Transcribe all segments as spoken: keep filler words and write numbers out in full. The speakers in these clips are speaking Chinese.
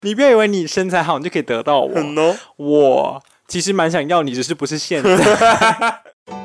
你不要以为你身材好你就可以得到我。 No? 我其实蛮想要你，只是不是现在。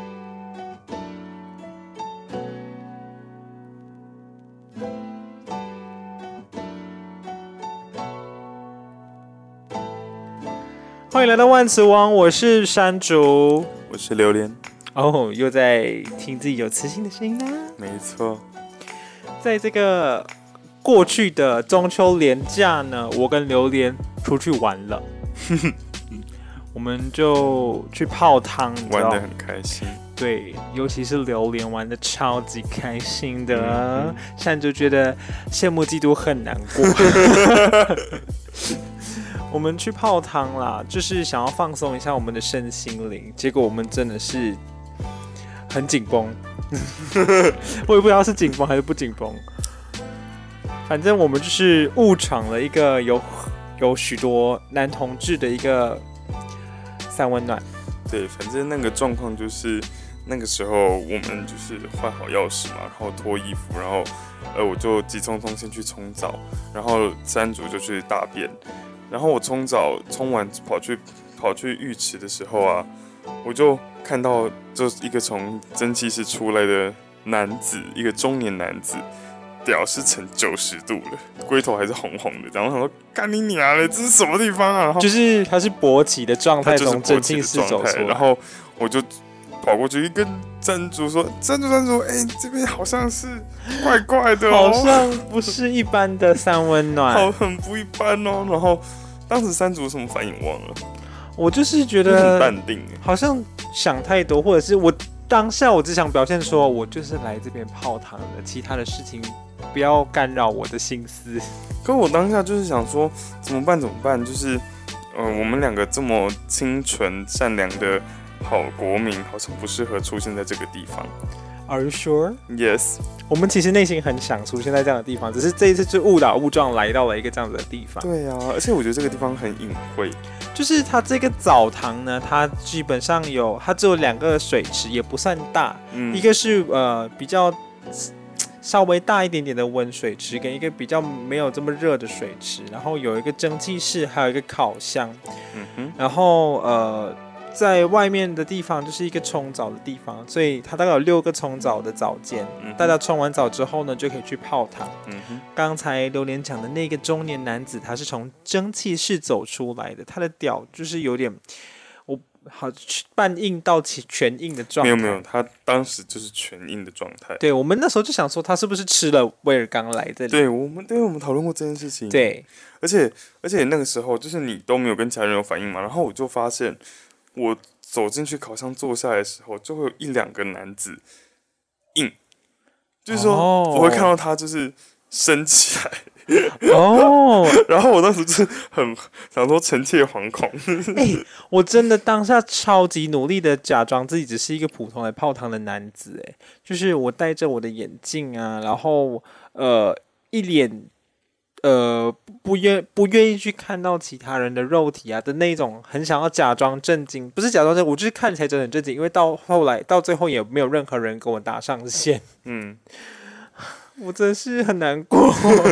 欢迎来到万磁王，我是山竹， 我是榴莲。 哦，又在听自己有磁性的声音啦。 没错， 在这个过去的中秋连假呢，我跟榴莲出去玩了，我们就去泡汤， 玩得很开心。 对，尤其是榴莲玩得超级开心的，现在就觉得羡慕嫉妒恨难过。我们去泡汤啦，就是想要放松一下我们的身心灵，结果我们真的是很紧绷，我也不知道是紧绷还是不紧绷。反正我们就是误闯了一个有有许多男同志的一个三温暖。 对，反正那个状况就是那个时候我们就是换好钥匙嘛，然后脱衣服，然后呃我就急匆匆先去冲澡，然后山竹就去大便。然后我冲澡冲完跑去跑去浴池的时候啊，我就看到就是一个从蒸汽室出来的男子，一个中年男子，屌是呈九十度了，龟头还是红红的。然后我想说，干你娘嘞，这是什么地方啊？然后就是他是勃起的状态，从蒸汽室走出来。 然后我就跑过去跟山竹说：“山竹，山竹，哎、欸，这边好像是怪怪的哦， 好像不是一般的三温暖， 好很不一般哦。”然后当时山竹什么反应忘了， 我就是觉得很淡定， 好像想太多，或者是我当下我只想表现说，我就是来这边泡汤的，其他的事情不要干扰我的心思。 可我当下就是想说，怎么办？怎么办？就是，呃，我们两个这么清纯善良的好国民，好像不适合出现在这个地方。 Are you sure? Yes. 我们其实内心很想出现在这样的地方，只是这一次就误打误撞来到了一个这样子的地方。 对啊，而且我觉得这个地方很隐晦。 就是它这个澡堂呢，它基本上有，它只有两个水池，也不算大。嗯、一个是呃比较稍微大一点点的温水池，跟一个比较没有这么热的水池，然后有一个蒸汽室，还有一个烤箱。嗯哼，然后呃。在外面的地方就是一个冲澡的地方，所以它大概有六个冲澡的澡间，嗯、大家冲完澡之后呢，就可以去泡汤。刚、嗯、才榴莲讲的那个中年男子，他是从蒸汽室走出来的，他的屌就是有点，我好半硬到全硬的状态。 没有没有，他当时就是全硬的状态。 对，我们那时候就想说，他是不是吃了威尔刚来这里？ 对，我们对我们讨论过这件事情。 对， 而且而且那个时候就是你都没有跟其他人有反应嘛，然后我就发现。我走进去烤箱坐下来的时候，就会有一两个男子硬，就是说、oh. 我会看到他就是升起来哦， oh. 然后我当时就是很想說臣妾惶恐。 欸，我真的当下超级努力的假装自己只是一个普通来泡汤的男子，哎，就是我戴着我的眼镜啊，然后呃一脸。呃，不愿不愿意去看到其他人的肉体啊的那种，很想要假装震惊，不是假装震惊，我就是看起来真的很震惊，因为到后来到最后也没有任何人跟我搭上线，嗯，我真是很难过。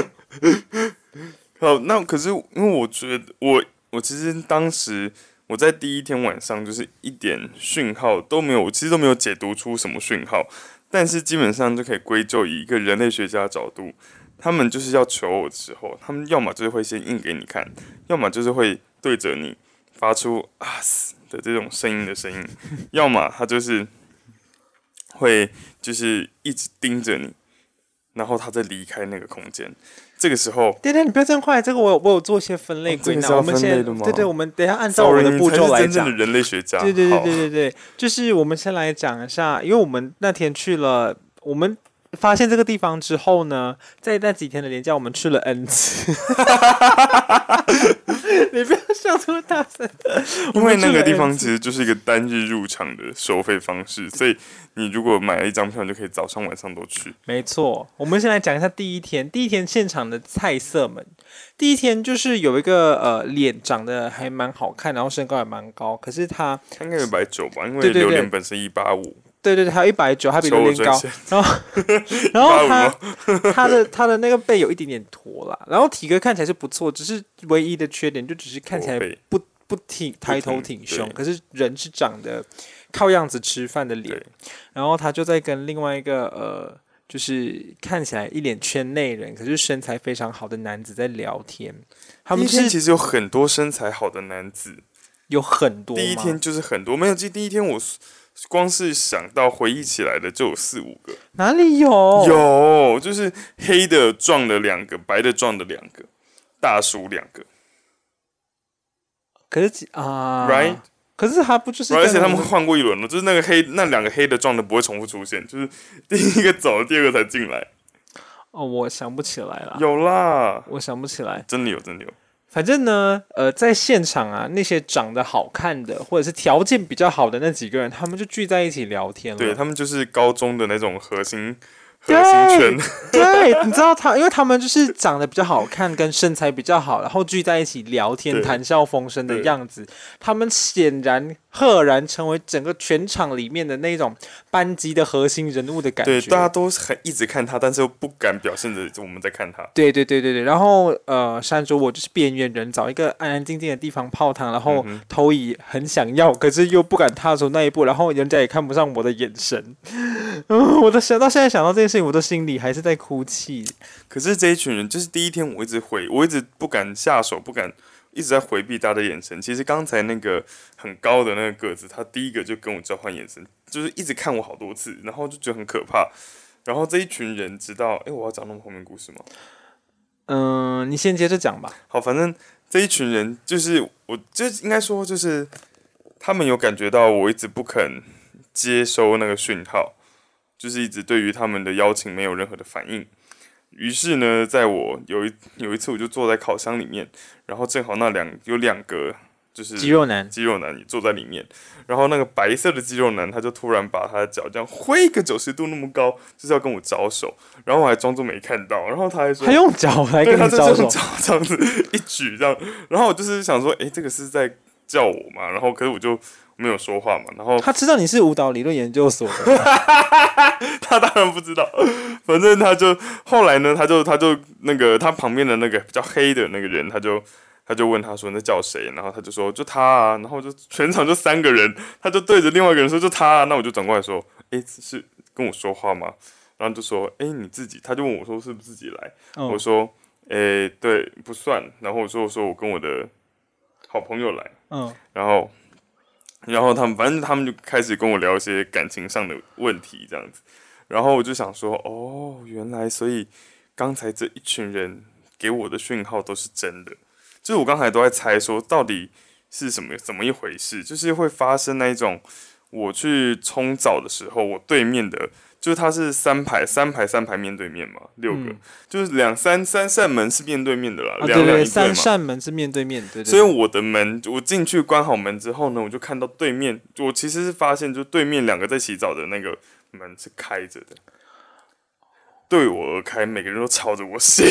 好，那可是因为我觉得我我其实当时我在第一天晚上就是一点讯号都没有，我其实都没有解读出什么讯号，但是基本上就可以归咎以一个人类学家的角度。他们就是要求我的时候，他们要么就是会先硬给你看，要么就是会对着你发出啊嘶的这种声音的声音，要么他就是会就是一直盯着你，然后他再离开那个空间。这个时候， 对对，你不要这样快，这个我有我有做一些分类归纳、 哦， 我们先对对，我们等一下按照我们的步骤来讲。 真正的人类学家， 对对对对对对，就是我们先来讲一下，因为我们那天去了，我们。发现这个地方之后呢，在那几天的连假，我们去了 N 次。你不要笑这么大声， 因为那个地方其实就是一个单日入场的收费方式，所以你如果买了一张票，你就可以早上晚上都去。 没错，我们先来讲一下第一天。第一天现场的菜色们，第一天就是有一个呃脸长得还蛮好看，然后身高也蛮高，可是他他应该有一百九吧，因为榴莲本身一八五。 对对对，还有一百九，他比榴莲高。然后，然后他他的他的那个背有一点点驼啦，然后体格看起来是不错，只是唯一的缺点就只是看起来不不挺抬头挺胸，可是人是长得靠样子吃饭的脸。然后他就在跟另外一个呃，就是看起来一脸圈内人，可是身材非常好的男子在聊天。他们、就是、 第一天其实有很多身材好的男子， 有很多吗。 第一天就是很多，没有，第一天我光是想到回忆起来的就有四五个。 哪里有？ 有，就是黑的撞了两个，白的撞了两个，大叔两个。 可是啊、uh, ，right？ 可是他不就是？ right, 而且他们换过一轮了，就是那个黑那两个黑的撞的不会重复出现，就是第一个走了，第二个才进来。 哦，我想不起来了。 有啦， 我想不起来， 真的有，真的有。 反正呢，呃，在现场啊，那些长得好看的或者是条件比较好的那几个人，他们就聚在一起聊天了。 对，他们就是高中的那种核心。核心圈， 对，你知道他，因为他们就是长得比较好看，跟身材比较好，然后聚在一起聊天、谈笑风生的样子，他们显然赫然成为整个全场里面的那种班级的核心人物的感觉。 对，大家都很一直看他，但是又不敢表现着我们在看他。 对对对对对，然后呃，山竹我就是边缘人，找一个安安静静的地方泡汤，然后头椅很想要，可是又不敢踏出那一步，然后人家也看不上我的眼神。嗯，我的想到现在想到这件事情，我的心里还是在哭泣。 可是这一群人，就是第一天我一直回，我一直不敢下手，不敢一直在回避大家的眼神。其实刚才那个很高的那个个子，他第一个就跟我交换眼神，就是一直看我好多次，然后就觉得很可怕。然后这一群人直到，哎，我要讲那么后面故事吗？ 嗯、呃，你先接着讲吧。 好，反正这一群人就是我，就应该说就是他们有感觉到我一直不肯接收那个讯号。就是一直对于他们的邀请没有任何的反应，于是呢，在我有一有一次，我就坐在烤箱里面，然后正好那两有两个就是肌肉男， 肌肉男也坐在里面，然后那个白色的肌肉男他就突然把他的脚这样挥个九十度那么高，就是要跟我招手，然后我还装作没看到，然后他还说他用脚来跟你招手， 他就用脚这样子一举这样，然后我就是想说，哎，这个是在叫我嘛？然后可是我就没有说话嘛，然后他知道你是舞蹈理论研究所的， 他当然不知道，反正他就后来呢，他就他就那个他旁边的那个比较黑的那个人，他就他就问他说那叫谁？然后他就说就他啊，然后就全场就三个人，他就对着另外一个人说就他啊，那我就转过来说，哎，是跟我说话吗？然后就说哎你自己，他就问我说是不是自己来？哦、我说哎对不算，然后我说我说我跟我的好朋友来，嗯，然后。然后他们反正他们就开始跟我聊一些感情上的问题这样子，然后我就想说，哦，原来所以刚才这一群人给我的讯号都是真的，就是我刚才都在猜说到底是什么怎么一回事，就是会发生那一种我去冲澡的时候，我对面的。就是它是三排三排三排面对面嘛，六个，嗯、就是两三三扇门是面对面的啦， 啊、 两两一对嘛。 三扇门是面对面，对对。 所以我的门，我进去关好门之后呢，我就看到对面，我其实是发现，就对面两个在洗澡的那个门是开着的，对我而开，每个人都朝着我洗。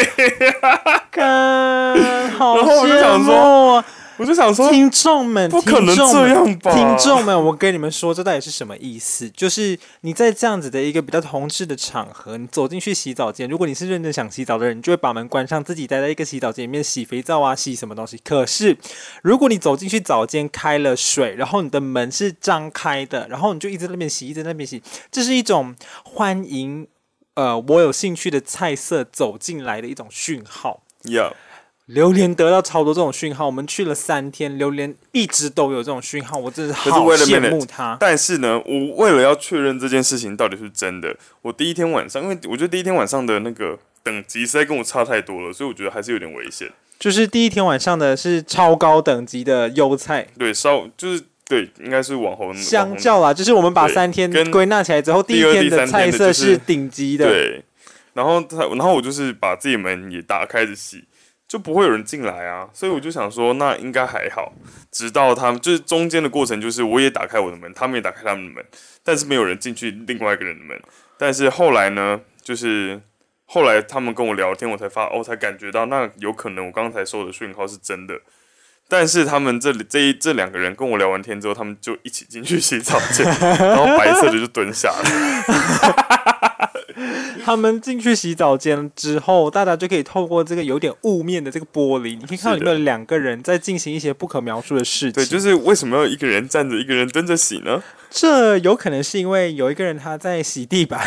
干，好然后我就想说。我就想说， 听众们， 不可能这样吧？ 听众们，我跟你们说，这到底是什么意思？就是你在这样子的一个比较同志的场合，你走进去洗澡间，如果你是认真想洗澡的人，你就会把门关上，自己待在一个洗澡间里面洗肥皂啊，洗什么东西。可是，如果你走进去澡间开了水，然后你的门是张开的，然后你就一直在那边洗，一直在那边洗，这是一种欢迎呃我有兴趣的菜色走进来的一种讯号。 Yeah。 榴莲得到超多这种讯号，我们去了三天，榴莲一直都有这种讯号，我真是好羡慕他。 但是呢，我为了要确认这件事情到底是真的，我第一天晚上，因为我觉得第一天晚上的那个等级实在跟我差太多了，所以我觉得还是有点危险。 就是第一天晚上的是超高等级的优菜， 对，稍就是对，应该是往后相较啦，就是我们把三天归纳起来之后，第一天的菜色是顶级的。 对，然后他，然后我就是把自己门也打开着洗。就不会有人进来啊，所以我就想说，那应该还好。直到他们就是中间的过程，就是我也打开我的门，他们也打开他们的门，但是没有人进去另外一个人的门。但是后来呢，就是后来他们跟我聊天，我才发，我才感觉到，那有可能我刚才收的讯号是真的。 但是他们这里这一这两个人跟我聊完天之后，他们就一起进去洗澡间，然后白色的就蹲下了。 他们进去洗澡间之后，大家就可以透过这个有点雾面的这个玻璃，你可以看到里面有两个人在进行一些不可描述的事情。 对，就是为什么要一个人站着，一个人蹲着洗呢？ 这有可能是因为有一个人他在洗地板。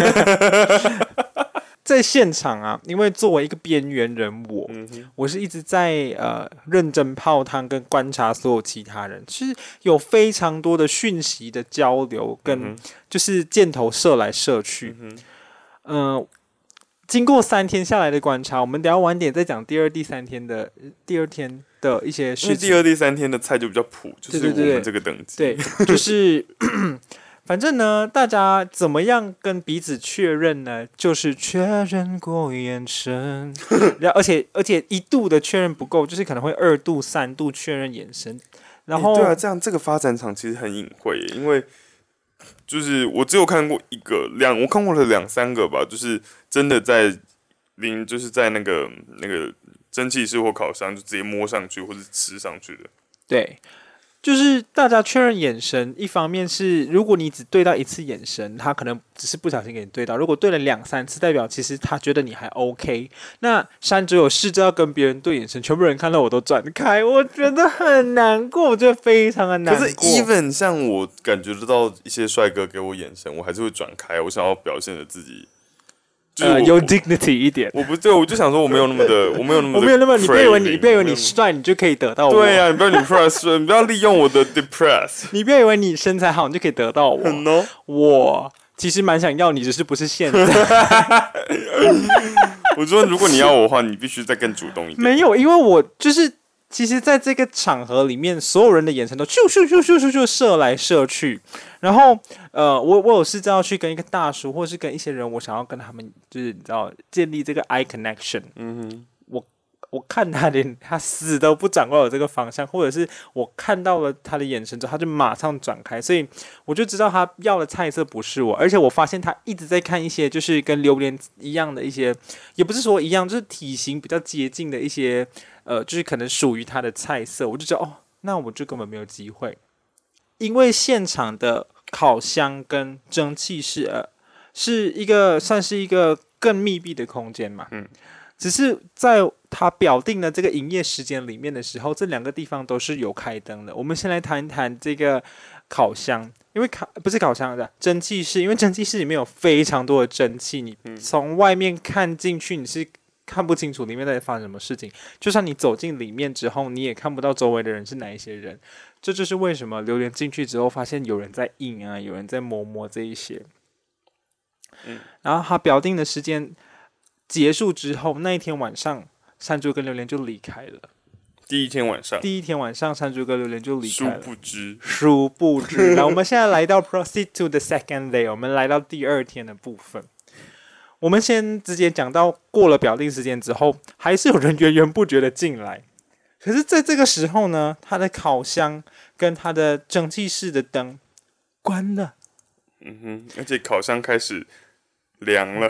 在现场啊，因为作为一个边缘人我，嗯、我是一直在呃认真泡汤跟观察所有其他人，其实有非常多的讯息的交流，跟就是箭头射来射去。嗯、呃，经过三天下来的观察，我们等一下晚点再讲第二、第三天的第二天的一些事情。 第二、第三天的菜就比较普，就是我们这个等级。 对，对就是。反正呢，大家怎么样跟彼此确认呢？就是确认过眼神，而且而且一度的确认不够，就是可能会二度、三度确认眼神。然后、 欸、对啊，这样这个发展场其实很隐晦，因为就是我只有看过一个两，我看过了两三个吧，就是真的在淋，就是在那个那个蒸汽室或烤箱就直接摸上去或者吃上去的。 对。就是大家确认眼神，一方面是如果你只对到一次眼神，他可能只是不小心给你对到；如果对了两三次，代表其实他觉得你还 OK。那山竹有试着要跟别人对眼神，全部人看到我都转开，我觉得很难过，我觉得非常的难过。 可是 even 像我感觉得到一些帅哥给我眼神，我还是会转开，我想要表现的自己。 就是呃，有 dignity 一点。 我不对，我就想说我没有那么的，我没有那么的， 我没有那么，你不要以为你不要以为你帅，你就可以得到我。 对啊，你不要你 depress， 你不要利用我的 depress。 你不要以为你身材好，你就可以得到我。 No? 我其实蛮想要你，只是不是现在。 我说，如果你要我的话，你必须再更主动一点。 没有，因为我就是。其实，在这个场合里面，所有人的眼神都咻咻咻咻咻咻射来射去。然后，呃，我我有试着要去跟一个大叔，或是跟一些人，我想要跟他们，就是你知道，建立这个 eye connection。嗯哼，我我看他连他死都不转过我这个方向，或者是我看到了他的眼神之后，他就马上转开，所以我就知道他要的菜色不是我。而且我发现他一直在看一些就是跟榴莲一样的一些，也不是说一样，就是体型比较接近的一些。呃，就是可能属于他的菜色，我就觉得哦，那我就根本没有机会，因为现场的烤箱跟蒸汽室，呃，是一个算是一个更密闭的空间嘛，嗯，只是在他表定的这个营业时间里面的时候，这两个地方都是有开灯的。我们先来谈一谈这个烤箱，因为烤不是烤箱的蒸汽室，因为蒸汽室里面有非常多的蒸汽，你从外面看进去，你是。看不清楚里面在发生什么事情，就算你走进里面之后，你也看不到周围的人是哪一些人。这就是为什么榴莲进去之后，发现有人在印啊，有人在摸摸这一些。嗯，然后他表定的时间结束之后，那一天晚上，山竹跟榴莲就离开了。 第一天晚上， 第一天晚上，山竹跟榴莲就离开了。 殊不知， 殊不知。那我们现在来到 proceed to the second day， 我们来到第二天的部分。我们先直接讲到过了表定时间之后，还是有人源源不绝的进来。可是在这个时候呢，他的烤箱跟他的蒸汽室的灯关了。 嗯哼，而且烤箱开始凉了，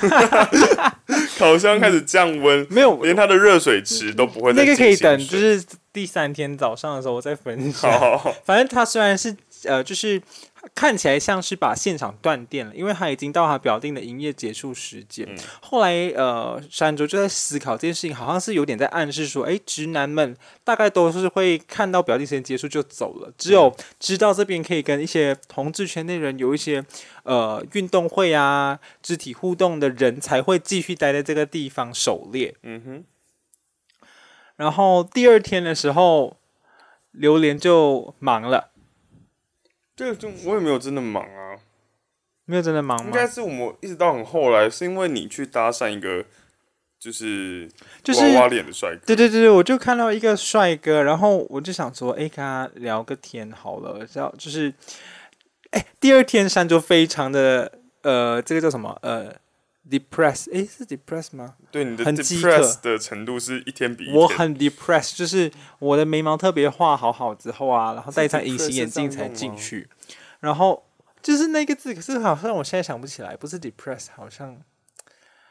烤箱开始降温， 没有， 连它的热水池都不会再进行水。 那个可以等，就是第三天早上的时候我再分享。 好好好， 反正它虽然是呃，就是看起来像是把现场断电了，因为它已经到它表定的营业结束时间。嗯、后来呃，山竹就在思考这件事情，好像是有点在暗示说，哎，直男们大概都是会看到表定时间结束就走了，只有知道这边可以跟一些同志圈内人有一些呃运动会啊、肢体互动的人才会继续待在这个地方狩猎。嗯哼。然后第二天的时候，榴莲就忙了。 这个就我也没有真的忙啊， 没有真的忙吗？ 应该是我们一直到很后来，是因为你去搭讪一个就是娃娃脸的帅哥。 对对对对，我就看到一个帅哥，然后我就想说，哎，跟他聊个天好了。然后就是，哎，第二天山就非常的呃，这个叫什么呃 ，depress， 哎，是 depress 吗？ 对，你的 depress 的程度是一天比一天。 我很 depress， 就是我的眉毛特别画好好之后啊，然后戴一张隐形眼镜才进去，然后就是那个字，可是好像我现在想不起来，不是 depress， 好像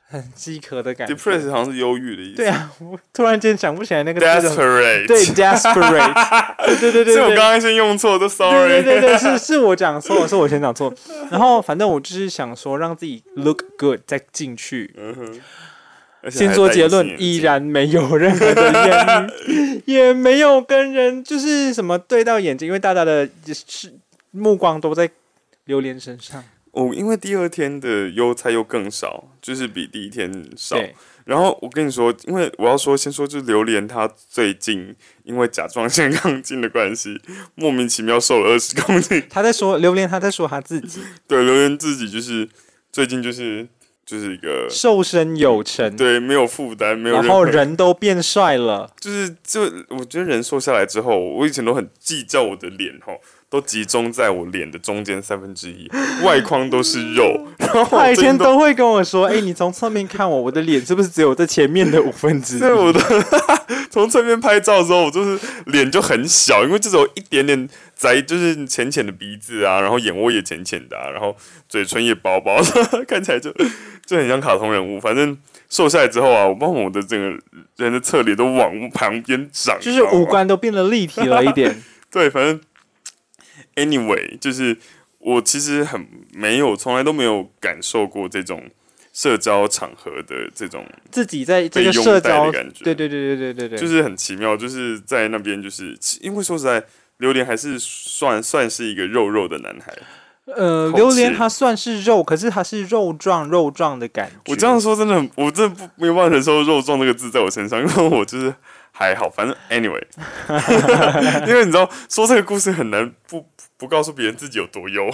很饥渴的感觉。 depressed 好像是忧郁的意思。 对啊，我突然间想不起来那个字。 desperate。 对 ，desperate。对对对对。 是我刚刚先用错，都 sorry。 对对对对，是是我讲错，是我先讲错。然后反正我就是想说，让自己 look good 再进去。 嗯哼。 先说结论，依然没有任何的艳遇，也没有跟人就是什么对到眼睛，因为大家的目光都在榴莲身上。 哦，因为第二天的邮差又更少，就是比第一天少。然后我跟你说，因为我要说，先说就是榴莲，他最近因为甲状腺亢进的关系，莫名其妙瘦了二十公斤。 他在说榴莲，他在说他自己。 对，榴莲自己就是最近就是就是一个瘦身有成， 对，没有负担，没有任何， 然后人都变帅了。 就是就我觉得人瘦下来之后，我以前都很计较我的脸吼。都集中在我脸的中间三分之一，外框都是肉。然后他以前都会跟我说：“哎、欸，你从侧面看我，我的脸是不是只有在前面的五分之一？” 对，我的从侧面拍照的时候，我就是脸就很小，因为这种一点点窄，就是浅浅的鼻子啊，然后眼窝也浅浅的、啊，然后嘴唇也薄薄的，看起来就就很像卡通人物。反正瘦下来之后啊，我帮我的整个人的侧脸都往旁边长， 就是五官都变得立体了一点。 对，反正。Anyway， 就是我其实很没有，从来都没有感受过这种社交场合的这种自己在这个社交的感觉。 对对对对对对， 就是很奇妙，就是在那边，就是因为说实在，榴莲还是算算是一个肉肉的男孩。 呃，榴莲它算是肉，可是它是肉壮肉壮的感觉。 我这样说真的很，我真的不没有办法忍受肉壮这个字在我身上，因为我就是还好，反正 anyway， 因为你知道说这个故事很难不不告诉别人自己有多优。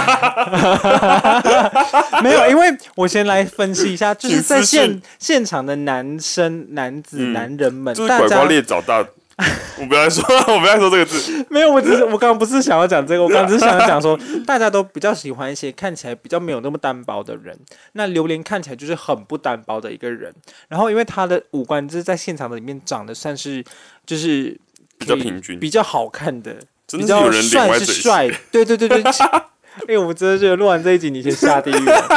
没有，因为我先来分析一下，就是在现现场的男生、男子、嗯、男人们， 就是拐瓜裂枣大。我不要说，我不要说这个字。 没有，我只是我刚刚不是想要讲这个，我刚刚只是想要讲说，大家都比较喜欢一些看起来比较没有那么单薄的人。那榴莲看起来就是很不单薄的一个人，然后因为他的五官就是在现场的里面长得算是就是比较平均、 比较好看的， 真的是有人脸歪嘴是帅，对对对对。哎、欸，我真的觉得录完这一集，你先下地狱了。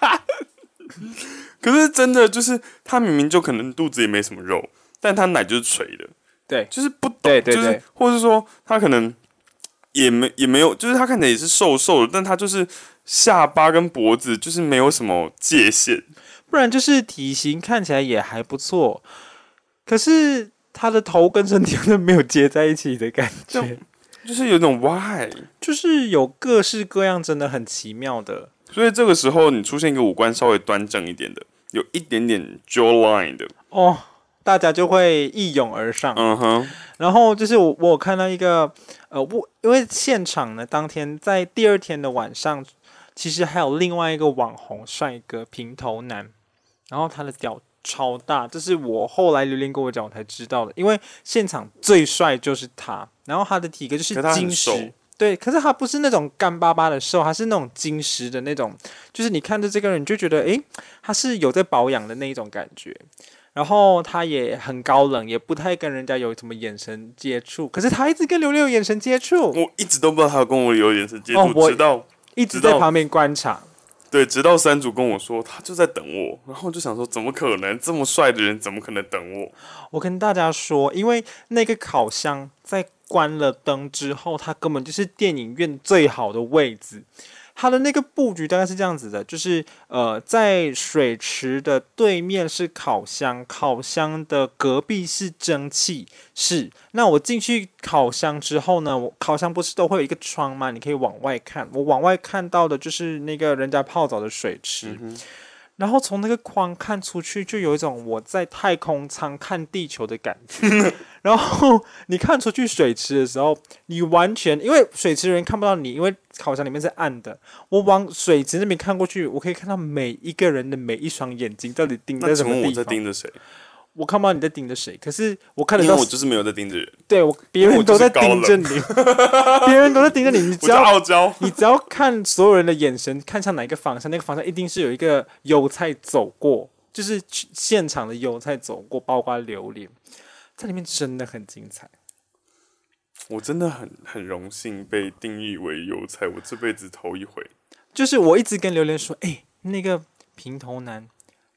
可是真的就是他明明就可能肚子也没什么肉，但他奶就是垂的。 对， 就是不懂， 对对对， 就是或是说他可能也没也没有，就是他看起来也是瘦瘦的，但他就是下巴跟脖子就是没有什么界限， 不然就是体型看起来也还不错，可是他的头跟身体都没有接在一起的感觉， 就是有种 why， 就是有各式各样，真的很奇妙的。 所以这个时候你出现一个五官稍微端正一点的，有一点点 jawline 的哦。大家就会一涌而上， 嗯哼。 然后就是我，我有看到一个，呃，我因为现场呢，当天在第二天的晚上，其实还有另外一个网红帅哥平头男，然后他的屌超大，这是我后来榴莲跟我讲我才知道的，因为现场最帅就是他，然后他的体格就是精实，对，可是他不是那种干巴巴的瘦，他是那种精实的那种，就是你看着这个人你就觉得，诶，他是有在保养的那一种感觉。然后他也很高冷，也不太跟人家有什么眼神接触。可是他一直跟榴莲有眼神接触， 我一直都不知道他跟我有眼神接触，哦、直到一直在旁边观察。 对，直到山主跟我说，他就在等我，然后我就想说，怎么可能这么帅的人，怎么可能等我？ 我跟大家说，因为那个烤箱在关了灯之后，它根本就是电影院最好的位置。它的那个布局大概是这样子的，就是呃，在水池的对面是烤箱，烤箱的隔壁是蒸汽室。那我进去烤箱之后呢，我烤箱不是都会有一个窗吗？你可以往外看，我往外看到的就是那个人家泡澡的水池。嗯，然后从那个框看出去，就有一种我在太空舱看地球的感觉。然后你看出去水池的时候，你完全因为水池的人看不到你，因为烤箱里面是暗的。我往水池那边看过去，我可以看到每一个人的每一双眼睛到底盯在什么地方。 那请问我在盯着谁？ 我看不到你在盯着谁，可是我看得到， 因为我就是没有在盯着人。 对，我别人都在盯着你，别人都在盯着你，你只要傲娇， 你只要看所有人的眼神，看向哪一个方向，那个方向一定是有一个油菜走过，就是现场的油菜走过，包括榴莲，在里面真的很精彩。 我真的很很荣幸被定义为油菜，我这辈子头一回。 就是我一直跟榴莲说，哎、欸，那个平头男。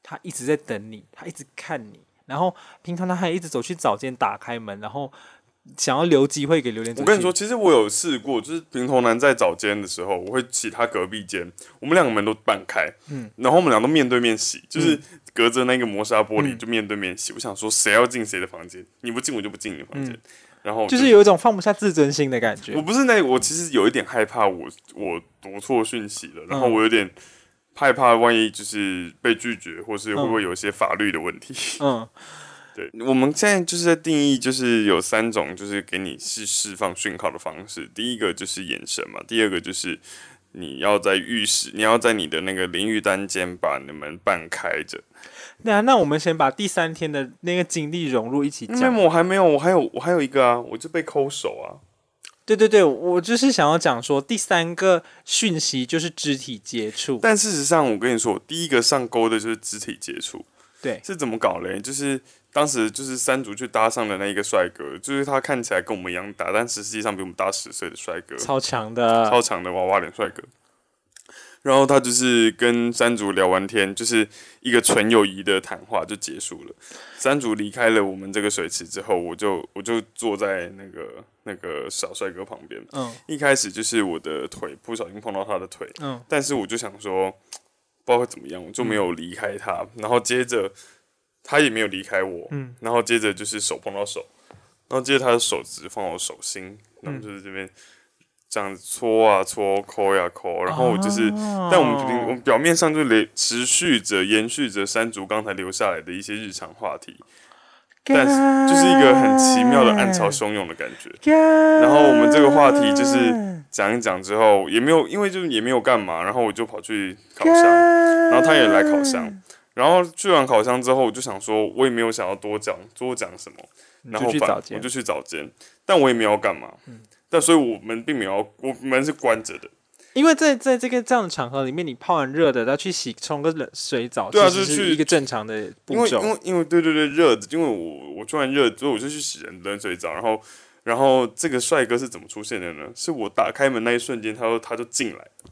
他一直在等你，他一直看你，然后平常他还一直走去早间打开门，然后想要留机会给榴莲走进。 我跟你说，其实我有试过，就是平头男在早间的时候，我会洗他隔壁间，我们两个门都半开，嗯，然后我们俩都面对面洗，就是隔着那个磨砂玻璃就面对面洗。嗯、我想说，谁要进谁的房间，你不进我就不进你的房间。嗯然后就, 就是有一种放不下自尊心的感觉。 我不是那，我其实有一点害怕我，我我读错讯息了，然后我有点害怕，万一就是被拒绝，或是会不会有一些法律的问题。嗯，对，我们现在就是在定义，就是有三种，就是给你是释放讯号的方式。第一个就是眼神嘛，第二个就是你要在浴室，你要在你的那个淋浴单间把你们半开着。 那那我们先把第三天的那个经历融入一起讲。 因为我还没有，我还有我还有一个啊，我就被抠手啊。 对对对，我就是想要讲说，第三个讯息就是肢体接触。 但事实上，我跟你说，第一个上钩的就是肢体接触。 对， 是怎么搞嘞？就是当时就是山竹去搭上的那一个帅哥，就是他看起来跟我们一样大，但实际上比我们大十岁的帅哥， 超强的， 超强的娃娃脸帅哥。然后他就是跟山竹聊完天，就是一个纯友谊的谈话就结束了。山竹离开了我们这个水池之后，我就我就坐在那个那个小帅哥旁边。嗯，一开始就是我的腿不小心碰到他的腿，嗯，但是我就想说，不知道会怎么样，我就没有离开他。嗯、然后接着他也没有离开我，嗯，然后接着就是手碰到手，然后接着他的手指放我手心，然后就是这边。这样子搓啊搓，抠呀抠，然后就是，哦、但我们我们表面上就持续着延续着山竹刚才留下来的一些日常话题，但是就是一个很奇妙的暗潮汹涌的感觉。然后我们这个话题就是讲一讲之后，也没有因为就是也没有干嘛，然后我就跑去烤箱，然后他也来烤箱，然后去完烤箱之后，我就想说，我也没有想要多讲多讲什么，然后我就去找间，但我也没有干嘛。嗯但所以我们并没有，我们是关着的， 因为在在这个这样的场合里面，你泡完热的，要去洗冲个冷水澡， 对啊， 就是一个正常的步骤。 因为因为因为对对对，热的，因为我我做完热，所以我就去洗冷水澡，然后然后这个帅哥是怎么出现的呢？是我打开门那一瞬间，他就他就进来了。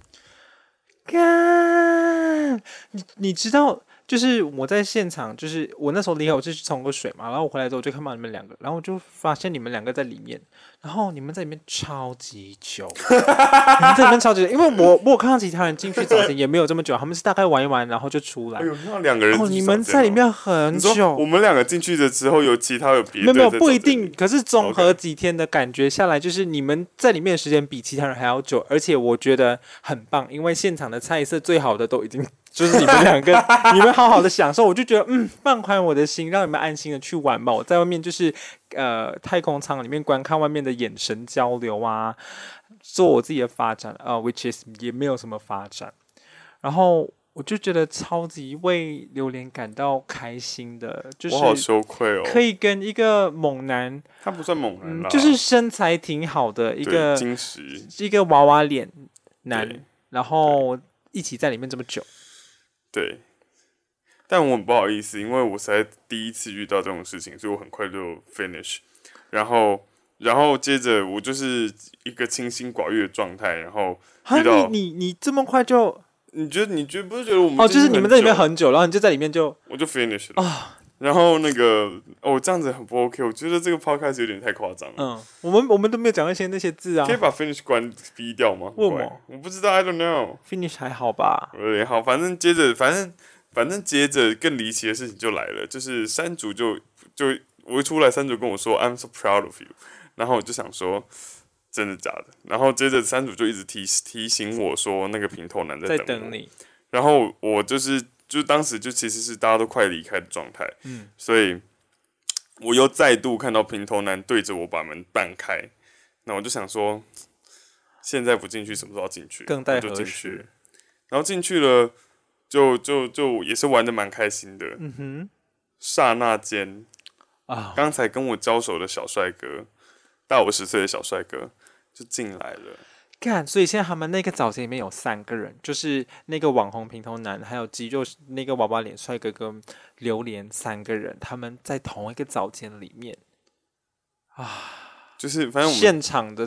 干，你你知道？就是我在现场，就是我那时候离开，我就去冲个水嘛，然后我回来之后我就看到你们两个，然后我就发现你们两个在里面，然后你们在里面超级久，你们在里面超级久，因为我我有看到其他人进去早前也没有这么久，他们是大概玩一玩然后就出来。 哎呦，那两个人， 哦，你们在里面很久。 我们两个进去了之后，有其他有别的， 没有不一定，可是综合几天的感觉下来，就是你们在里面的时间比其他人还要久，而且我觉得很棒，因为现场的菜色最好的都已经。就是你们两个，你们好好的享受，我就觉得嗯，放宽我的心，让你们安心的去玩吧。我在外面就是呃太空舱里面观看外面的眼神交流啊，做我自己的发展啊、呃、，which is 也没有什么发展。然后我就觉得超级为榴莲感到开心的，就是我好羞愧哦， 可以跟一个猛男， 他不算猛男啦、 嗯，就是身材挺好的一个金石， 一个娃娃脸男，然后一起在里面这么久。 对，但我很不好意思，因为我实在第一次遇到这种事情，所以我很快就 finish， 然后，然后接着我就是一个清心寡欲的状态，然后遇到你你你这么快就， 你觉得你觉得不是觉得我们哦，就是你们在里面很久，然后你就在里面就我就 finish 了啊。然后那个哦，这样子很不 OK， 我觉得这个 podcast 有点太夸张了。 嗯，我们我们都没有讲那些那些字啊。 可以把 finish 关逼掉吗？ 为什么？ 我不知道 ，I don't know。finish 还好吧？ 有点好，反正接着，反正反正接着更离奇的事情就来了，就是山竹就就我一出来，山竹跟我说 I'm so proud of you， 然后我就想说真的假的？然后接着山竹就一直提提醒我说那个平头男在等我， 在等你， 然后我就是。就当时就其实是大家都快离开的状态，嗯，所以我又再度看到平头男对着我把门半开，那我就想说，现在不进去，什么时候要进去？ 更待何时？然后进去了，就就就也是玩的蛮开心的，嗯哼。刹那间啊，刚才跟我交手的小帅哥，大我十岁的小帅哥就进来了。 干，所以现在他们那个早间里面有三个人，就是那个网红平头男，还有肌肉那个娃娃脸帅哥跟榴莲三个人，他们在同一个早间里面啊， 就是反正我们现场的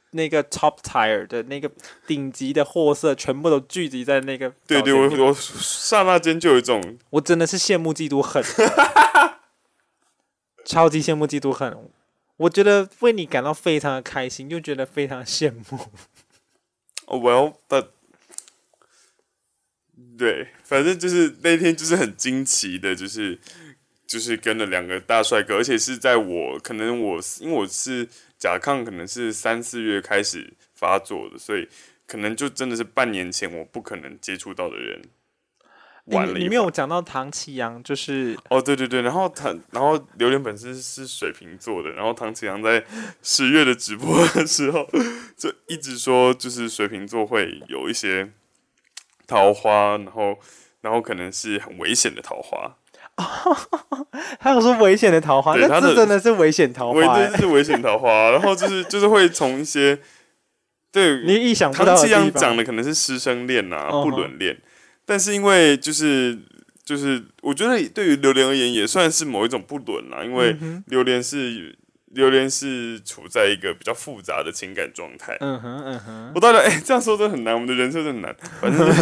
那个 top tier 的那个顶级的货色全部都聚集在那个。 对对，我我刹那间就有一种， 我真的是羡慕嫉妒恨，超级羡慕嫉妒恨。我觉得为你感到非常的开心，又觉得非常羡慕。 Oh well, but 对，反正就是那天就是很惊奇的，就是就是跟了两个大帅哥，而且是在我可能我因为我是甲亢，可能是三四月开始发作的，所以可能就真的是半年前我不可能接触到的人。玩了一你没有讲到唐启阳，就是哦，对对对，然后他，然后榴莲本身是水瓶座的，然后唐启阳在十月的直播的时候就一直说，就是水瓶座会有一些桃花，然后然后可能是很危险的桃花。 他有说危险的桃花，那这真的是危险桃花、欸， 对，是危险桃花。然后就是就是会从一些对你意想不到的地方， 唐启阳讲的可能是师生恋啊，不伦恋。但是因为就是就是，我觉得对于榴莲而言也算是某一种不伦啦，因为榴莲是榴莲是处在一个比较复杂的情感状态。 嗯哼嗯哼， 我当然哎，这样说真的很难，我们的人设真的很难。反正、就是、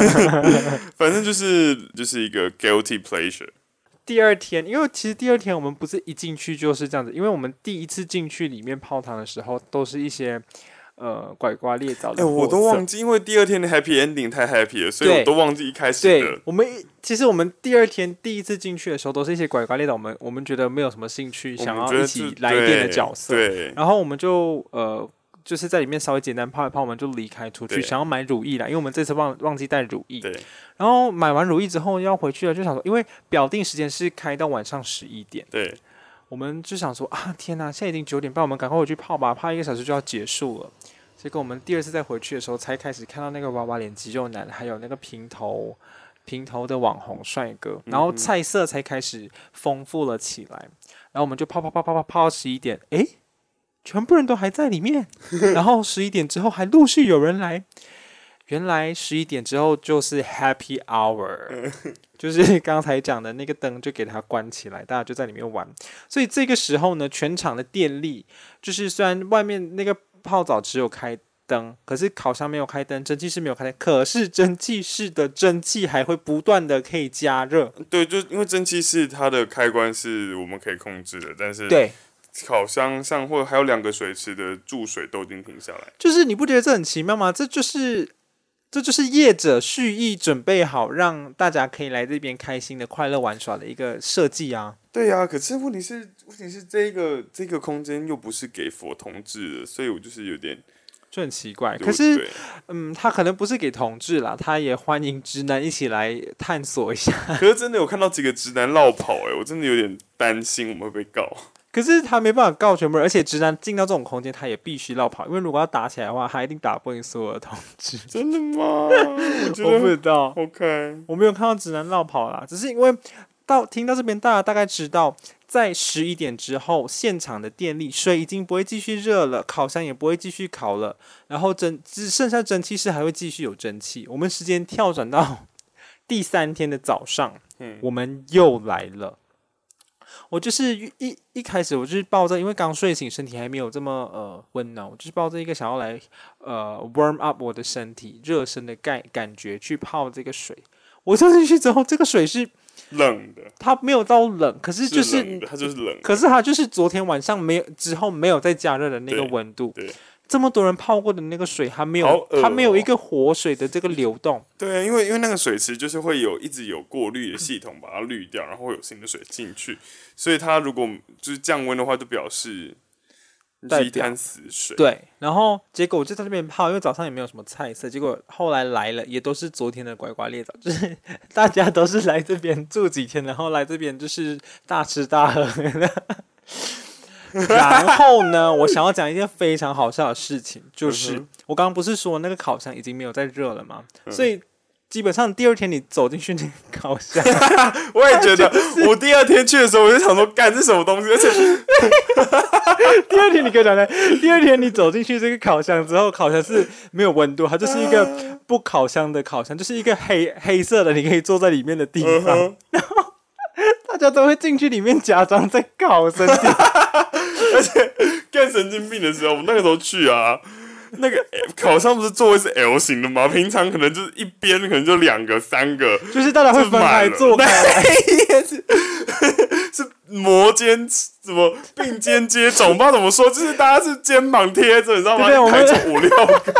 反正就是就是一个 guilty pleasure。 第二天，因为其实第二天我们不是一进去就是这样子，因为我们第一次进去里面泡汤的时候，都是一些。呃，拐瓜裂枣的，哎、 欸，我都忘记，因为第二天的 happy ending 太 happy 了，所以我都忘记一开始的。 对，我们其实我们第二天第一次进去的时候，都是一些拐瓜裂枣，我们我们觉得没有什么兴趣，想要一起来电的角色， 对， 然后我们就呃，就是在里面稍微简单泡一泡，我们就离开出去，想要买乳液啦，因为我们这次忘忘记带乳液， 对。 然后买完乳液之后要回去了，就想说，因为表定时间是开到晚上十一点， 对。 我们就想说啊，天哪，现在已经九点半，我们赶快回去泡吧，泡一个小时就要结束了。结果我们第二次再回去的时候，才开始看到那个娃娃脸肌肉男，还有那个平头平头的网红帅哥，然后菜色才开始丰富了起来。然后我们就泡泡泡泡泡泡到十一点，哎，全部人都还在里面。然后十一点之后还陆续有人来，原来十一点之后就是 Happy Hour， 就是刚才讲的那个灯就给它关起来，大家就在里面玩。所以这个时候呢，全场的电力就是虽然外面那个泡澡只有开灯，可是烤箱没有开灯，蒸汽室没有开灯，可是蒸汽室的蒸汽还会不断的可以加热。 对，就因为蒸汽室它的开关是我们可以控制的，但是对烤箱上或者还有两个水池的注水都已经停下来。 就是你不觉得这很奇妙吗？这就是这就是业者蓄意准备好让大家可以来这边开心的快乐玩耍的一个设计啊。 对啊，可是问题是，问题是这个这个空间又不是给佛同志的，所以我就是有点就很奇怪。可是，嗯，他可能不是给同志啦，他也欢迎直男一起来探索一下。 可是真的有看到几个直男落跑、欸，哎，我真的有点担心我们会被告。 可是他没办法告全部人，而且直男进到这种空间，他也必须落跑，因为如果要打起来的话，他一定打不赢所有的同志。 真的吗？我, 觉得我不知道。 OK， 我没有看到直男落跑啦，只是因为到听到这边，大家大概知道，在十一点之后，现场的电力水已经不会继续热了，烤箱也不会继续烤了，然后蒸只剩下蒸汽室还会继续有蒸汽。我们时间跳转到第三天的早上，嗯，我们又来了。我就是一一开始我就是抱着，因为刚睡醒，身体还没有这么呃温暖，我就是抱着一个想要来呃 warm up 我的身体热身的感感觉去泡这个水。我坐进去之后，这个水是冷的， 它没有到冷，可是就是是冷的，它就是冷的， 可是它就是昨天晚上没有之后没有再加热的那个温度。 对。对这么多人泡过的那个水，它没有， 哦、 它没有一个活水的这个流动。 对啊，因为因为那个水池就是会有一直有过滤的系统把它滤掉，然后会有新的水进去，所以它如果就是降温的话，就表示是一滩死水。 对，然后结果我就在那边泡，因为早上也没有什么菜色，结果后来来了，也都是昨天的拐瓜裂枣，就是大家都是来这边住几天，然后来这边就是大吃大喝。然后呢，我想要讲一件非常好笑的事情，就是我刚刚不是说那个烤箱已经没有在热了吗？嗯、所以基本上第二天你走进去那个烤箱， 我也觉得，我第二天去的时候我就想说，干这什么东西？而且第二天你跟我讲的，第二天你走进去这个烤箱之后，烤箱是没有温度，它就是一个不烤箱的烤箱，就是一个黑黑色的，你可以坐在里面的地方，嗯、然后大家都会进去里面假装在烤身体。 而且干神经病的时候，我那个时候去啊， 那个烤箱不是座位是 L 型的吗？平常可能就是一边可能就两个、三个， 就是大家会分开坐开来， 是是摩肩什么并肩接踵，不知道怎么说，就是大家是肩膀贴着，你知道吗？ 对对，我们排出五六个。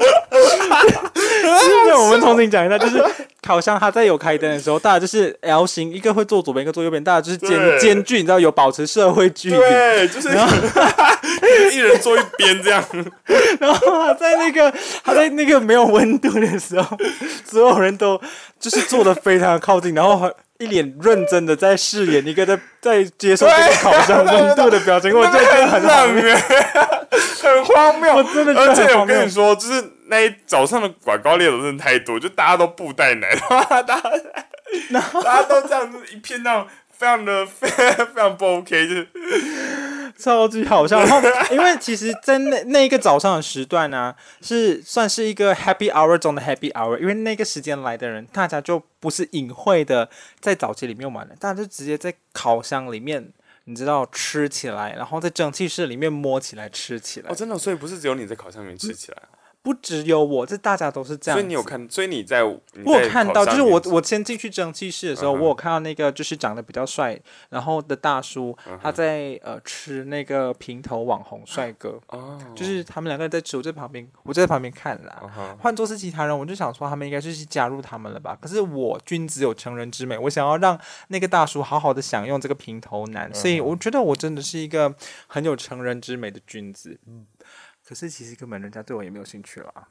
就是我们重新讲一下，就是烤箱它在有开灯的时候，大家就是 L 型，一个会坐左边，一个坐右边，大家就是间间距，你知道有保持社会距离， 对，就是一人坐一边这样。 然后他在那个他在那个没有温度的时候，所有人都就是坐得非常靠近，然后很一脸认真的在饰演一个在在接受这个烤箱温度的表情，我觉得真的很荒谬， 很荒谬。 我真的觉得很荒谬。 而且我跟你说，就是那一早上的拐高猎头真的太多，就大家都布袋奶，大家大家都这样子一片那种非常的非常不 OK， 就是超级好笑。然后因为其实，在那那一个早上的时段呢、啊，是算是一个 happy hour 中的 happy hour， 因为那个时间来的人，大家就不是隐晦的在早街里面玩了，大家就直接在烤箱里面。你知道吃起来，然后在蒸汽室里面摸起来吃起来。 哦，真的，所以不是只有你在烤箱里面吃起来、啊。 不只有我，这大家都是这样。 所以你有看，所以你在，你在我有看到，就是我我先进去蒸汽室的时候， uh-huh. 我有看到那个就是长得比较帅，然后的大叔， uh-huh. 他在呃吃那个平头网红帅哥， oh. 就是他们两个人在吃，我在旁边，我就在旁边看啦。换作、uh-huh. 是其他人，我就想说他们应该就是加入他们了吧。可是我君子有成人之美，我想要让那个大叔好好的享用这个平头男， uh-huh. 所以我觉得我真的是一个很有成人之美的君子。嗯，可是其实根本人家对我也没有兴趣了啊。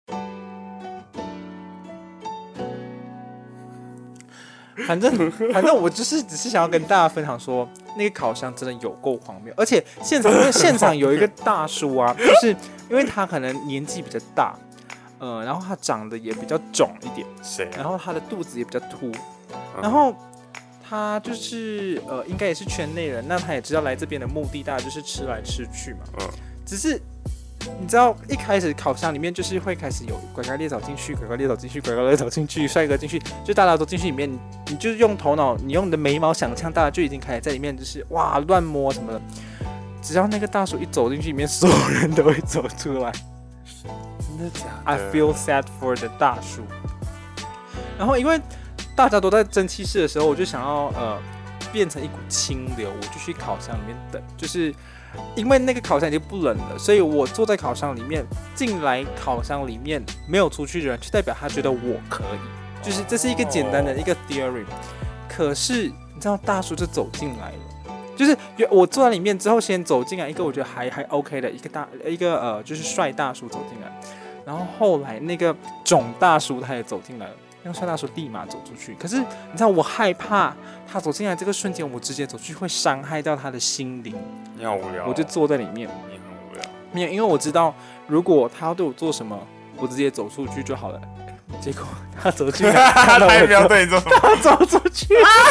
反正反正我就是只是想要跟大家分享说，那个烤箱真的有够荒谬，而且现场因为现场有一个大叔啊，就是因为他可能年纪比较大，呃，然后他长得也比较肿一点， 谁、啊？ 然后他的肚子也比较凸，然后他就是呃，应该也是圈内人，那他也知道来这边的目的，大家就是吃来吃去嘛，嗯，只是。你知道一开始烤箱里面就是会开始有拐拐猎枣进去，拐拐猎枣进去，拐拐猎枣进去，帅哥进去，就大家都进去里面，你你就是用头脑，你用你的眉毛想象，大家就已经开始在里面就是哇乱摸什么的。只要那个大叔一走进去里面，所有人都会走出来。 真的假的 ？I feel sad for the 大叔。然后因为大家都在蒸汽室的时候，我就想要呃变成一股清流，我就去烤箱里面等，就是。因为那个烤箱已经不冷了，所以我坐在烤箱里面，进来烤箱里面没有出去的人，就代表他觉得我可以，就是这是一个简单的一个 theory。可是你知道，大叔就走进来了，就是我坐在里面之后，先走进来一个我觉得还还 OK 的一个大一个呃，就是帅大叔走进来，然后后来那个肿大叔他也走进来了。那个帅大叔立马走出去，可是你知道我害怕他走进来这个瞬间，我直接走去会伤害到他的心灵。 你好无聊、哦， 我就坐在里面。 你很无聊， 没有，因为我知道如果他要对我做什么，我直接走出去就好了。结果他走进来， 他也没有对你做什么， 他走出去，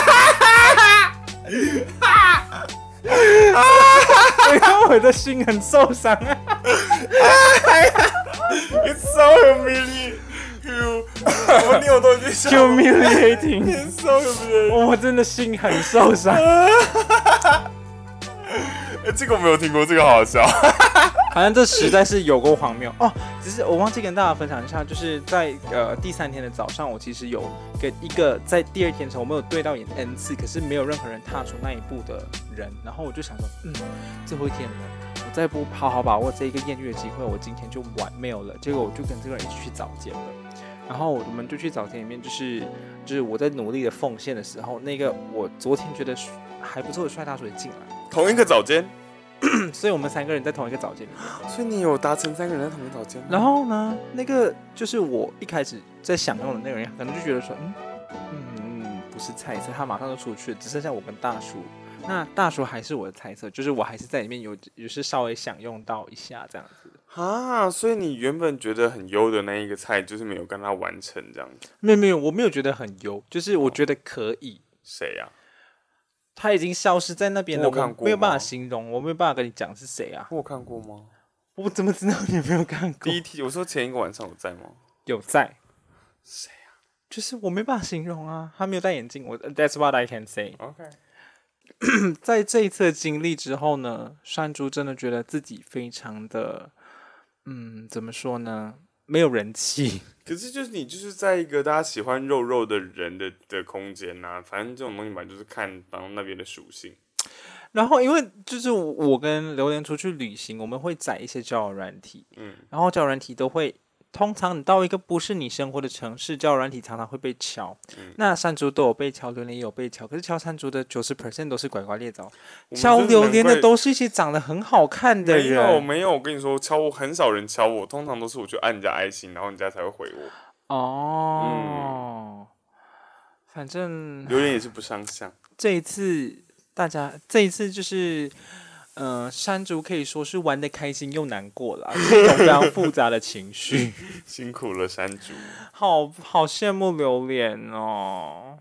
因为我的心很受伤啊。 It's so humiliating. 我连我都已经笑 humiliating， so humiliating， 我真的心很受伤。 欸、这个我没有听过，这个好好笑。 反正这实在是有够荒谬哦！只是我忘记跟大家分享一下，就是在呃第三天的早上，我其实有跟一个在第二天的时候，我们有对到眼 N 次，可是没有任何人踏出那一步的人。然后我就想说，嗯，最后一天了，我再不好好把握这一个艳遇的机会，我今天就完没有了。结果我就跟这个人一起去早间了。然后我们就去早间里面，就是就是我在努力的奉献的时候，那个我昨天觉得还不错的帅大叔也进来， 同一个早间。 所以我们三个人在同一个早间里面， 所以你有达成三个人在同一个早间。 然后呢，那个就是我一开始在享用的那个人，可能就觉得说，嗯嗯嗯，不是菜色，他马上就出去了，只剩下我跟大叔。那大叔还是我的菜色，就是我还是在里面有，有是稍微享用到一下这样子。 啊，所以你原本觉得很优的那一个菜，就是没有跟他完成这样子。 没有没有，我没有觉得很优，就是我觉得可以。 谁呀？ 他已经消失在那边了， 我看过， 我没有办法形容，我没有办法跟你讲是谁啊。 我有看过吗？ 我怎么知道你没有看过？ 第一题，我说前一个晚上有在吗？ 有在。 谁啊？ 就是我没办法形容啊，他没有戴眼镜。我 That's what I can say. OK 。 在这一次的经历之后呢，山猪真的觉得自己非常的， 嗯，怎么说呢？没有人气。 可是就是你就是在一个大家喜欢肉肉的人的的空间呐、啊，反正这种东西嘛，就是看当那边的属性。 然后因为就是我跟榴莲出去旅行，我们会载一些交友软体，嗯，然后交友软体都会。通常你到一个不是你生活的城市，交友软体常常会被敲。嗯、那山竹都有被敲，榴莲也有被敲。可是敲山竹的九十 percent 都是拐拐猎枣，敲榴莲的都是一些长得很好看的人。 没有没有，我跟你说，敲我很少人敲我，通常都是我去按人家爱心，然后人家才会回我。 哦，嗯、反正榴莲也是不上相。 这一次大家这一次就是。嗯，山竹可以说是玩得开心又难过啦，是一种非常复杂的情绪。 辛苦了山竹， 好好羡慕榴莲哦。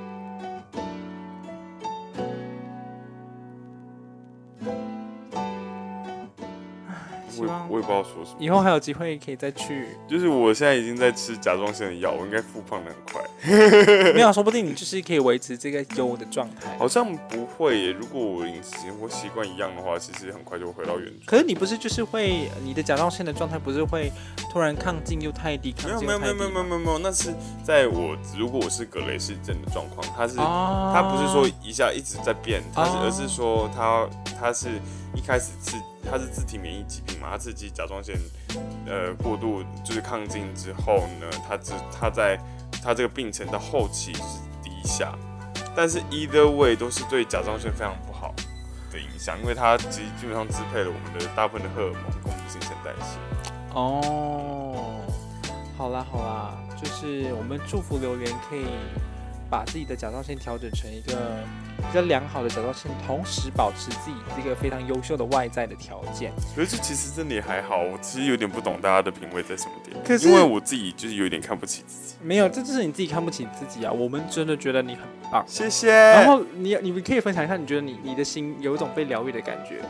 我也我也不知道说什么。 以后还有机会可以再去。 就是我现在已经在吃甲状腺的药，我应该复胖的很快。 没有，说不定你就是可以维持这个优的状态。 好像不会耶，如果我饮食或习惯一样的话，其实很快就会回到原状。 可是你不是就是会，你的甲状腺的状态不是会突然亢进又太低， 没有没有没有没有没有没有没有，那是在我如果我是格雷氏症的状况，它是它、哦、不是说一下一直在变，它是、哦、而是说它它是一开始是。它是自体免疫疾病嘛，它刺激甲状腺呃过度就是亢进之后呢，它只它在它这个病程到后期就是低下，但是 either way 都是对甲状腺非常不好的影响，因为它其实基本上支配了我们的大部分的荷尔蒙跟我们的新陈代谢。 哦，好啦好啦，就是我们祝福榴莲可以把自己的甲状腺调整成一个比较良好的甲状腺，同时保持自己这个非常优秀的外在的条件。 可是其实真的也还好，我其实有点不懂大家的品味在什么点，可是因为我自己就是有点看不起自己。 没有，这就是你自己看不起自己啊！我们真的觉得你很棒， 谢谢。 然后你你们可以分享一下，你觉得你你的心有一种被疗愈的感觉。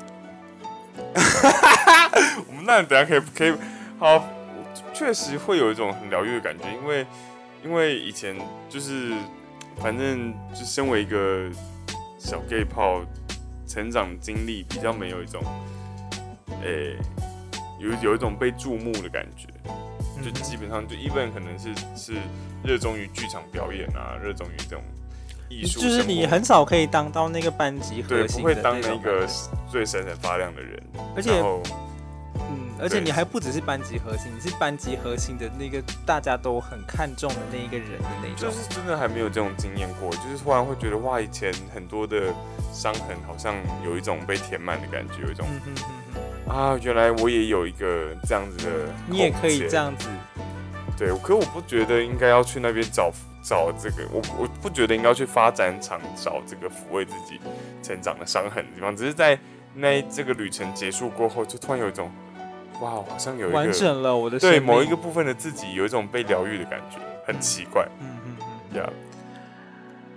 我们那等一下可以可以好，确实会有一种很疗愈的感觉，因为。因为以前就是，反正就身为一个小 gay 炮，成长经历比较没有一种，诶、欸，有有一种被注目的感觉，就基本上就 even 可能是是热衷于剧场表演啊，热衷于这种艺术， 就是你很少可以当到那个班级核心的， 对，不会当那个最闪闪发亮的人， 而且。嗯，而且你还不只是班级核心，你是班级核心的那个大家都很看重的那一个人的那种。 就是真的还没有这种经验过，就是突然会觉得哇，以前很多的伤痕好像有一种被填满的感觉，有一种、嗯、哼哼哼啊，原来我也有一个这样子的空间， 你也可以这样子。 对，可我不觉得应该要去那边找找这个，我我不觉得应该要去发展场找这个抚慰自己成长的伤痕的地方，只是在那这个旅程结束过后，就突然有一种。哇，好像有一个完整了我的对某一个部分的自己有一种被疗愈的感觉，很奇怪。嗯嗯嗯，呀、 yeah ，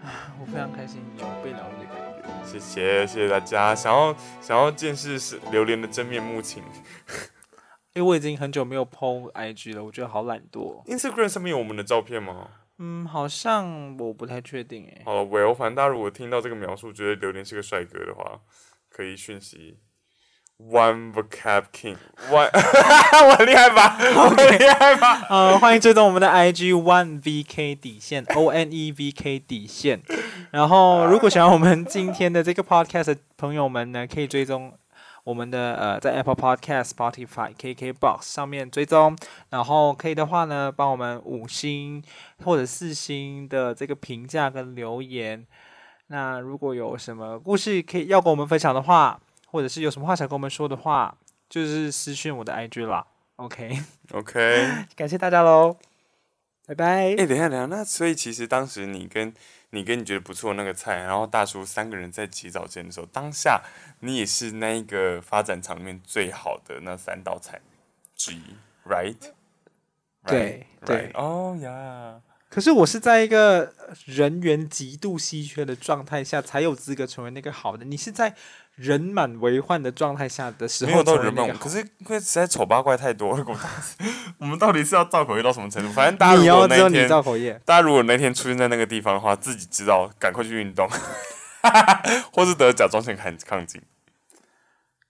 我非常开心有被疗愈的感觉。 谢谢谢谢大家，想要想要见识榴莲的真面目，请。 因为我已经很久没有 po I G 了，我觉得好懒惰。 Instagram 上面有我们的照片吗？ 嗯，好像我不太确定哎。 好了 ，Well， 反正大家如果听到这个描述，觉得榴莲是个帅哥的话，可以讯息。One vocab king， one， 我很厉害吧？我很厉害吧？ 呃，欢迎追踪我们的 I G one V K 底线 O N E V K 底线。然后，如果喜欢我们今天的这个 podcast 的朋友们呢，可以追踪我们的呃，在 Apple Podcast、Spotify、K K Box 上面追踪。然后可以的话呢，帮我们五星或者四星的这个评价跟留言。那如果有什么故事可以要跟我们分享的话，或者是有什么话想跟我们说的话，就是私讯我的 I G 啦。OK OK， 感谢大家喽，拜拜。 哎、欸，等一下等一下，那所以其实当时你跟你跟你觉得不错的那个菜，然后大叔三个人在洗澡间的时候，当下你也是那一个发展场面最好的那三道菜之一 ，right？ 对对， 哦呀。 可是我是在一个人员极度稀缺的状态下才有资格成为那个好的，你是在人满为患的状态下的时候成为那个好的。 可是因为实在丑八怪太多了，我们到底是要造口业到什么程度？反正大家如果那天，大家如果那天出现在那个地方的话，自己知道，赶快去运动，或是得甲状腺亢进。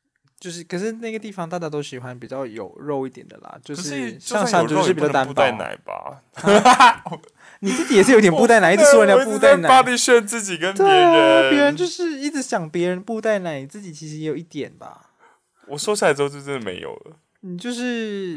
就是，可是那个地方大家都喜欢比较有肉一点的啦，就是像山竹就是比较单薄。 布袋奶吧， 你自己也是有点布袋奶，一直说人家布袋奶。 巴黎炫自己跟别人， 别人就是一直想别人布袋奶，你自己其实也有一点吧。 我瘦下来之后就真的没有了。 你就是，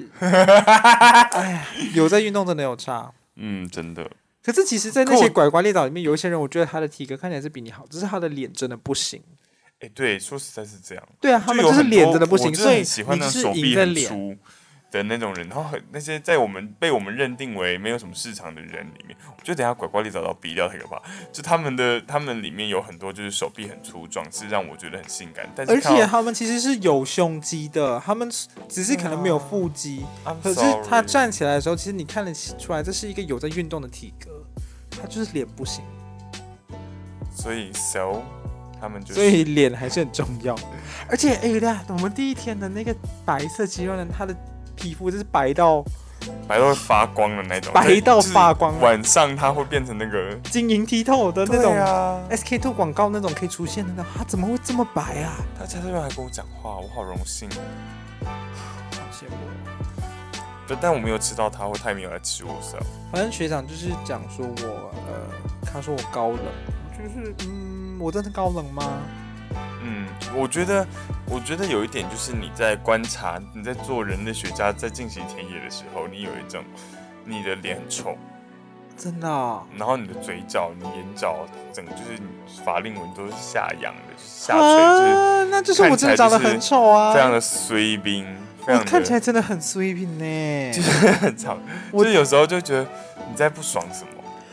哎呀，有在运动真的有差。 嗯，真的。 可是其实，在那些拐瓜裂枣里面，有一些人，我觉得他的体格看起来是比你好，只是他的脸真的不行。 哎、欸，对，说实在是这样。 对啊，他们就是脸真的不行，所以喜欢那手臂很粗的那种人，然后很那些在我们被我们认定为没有什么市场的人里面，我觉得等一下拐瓜裂枣到比掉很可怕。就他们的他们里面有很多就是手臂很粗壮，是让我觉得很性感。但是而且他们其实是有胸肌的，他们只是可能没有腹肌， 啊、 可是他站起来的时候，其实你看得出来这是一个有在运动的体格，他就是脸不行。 所以 so。他们就是、 所以脸还是很重要，而且哎呀，我们第一天的那个白色肌肉人，他的皮肤就是白到白到会发光的那种， 白到发光、 就是，晚上它会变成那个晶莹剔透的那种， 啊 S K two 广告那种可以出现的，他怎么会这么白啊？ 他在这边还跟我讲话，我好荣幸， 好羡慕。 对，但我没有吃到他，或他也没有来吃我烧。 反正学长就是讲说我，呃，他说我高冷，就是嗯。我真的高冷吗？ 嗯，我觉得，我觉得有一点就是你在观察，你在做人类学家在进行田野的时候，你有一种你的脸很丑， 真的、哦。 然后你的嘴角、你眼角，整个就是法令纹都是下扬的，就是下垂，啊、就是那就是我真的长得很丑啊， 非常的衰冰， 我看起来真的很衰冰呢， 就是很长，就是有时候就觉得你在不爽什么。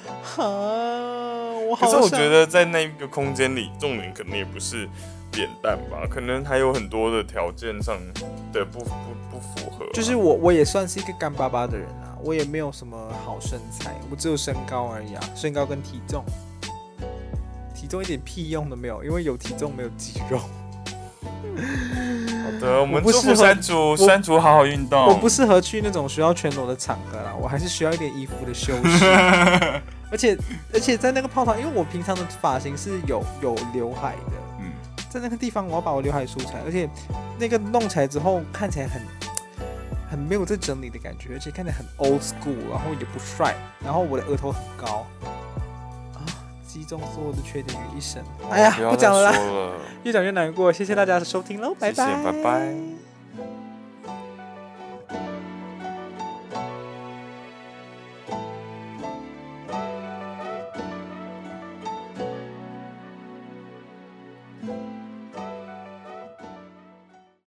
可是我觉得在那个空间里，重点可能也不是脸蛋吧，可能还有很多的条件上的不不不符合、啊。 就是我我也算是一个干巴巴的人啊，我也没有什么好身材，我只有身高而已啊，身高跟体重，体重一点屁用都没有，因为有体重没有肌肉。 好的，我们祝福山竹，山竹好好运动。 我不适合去那种需要全裸的场合啦，我还是需要一点衣服的修饰。而且而且在那个泡汤，因为我平常的发型是有有刘海的，嗯，在那个地方我要把我刘海梳起来，而且那个弄起来之后看起来很很没有在整理的感觉，而且看起来很 old school， 然后也不帅，然后我的额头很高，啊，击中所有的缺点于一身。哎呀，不讲了啦，越讲越难过，谢谢大家的收听喽，拜拜， 谢谢，拜拜。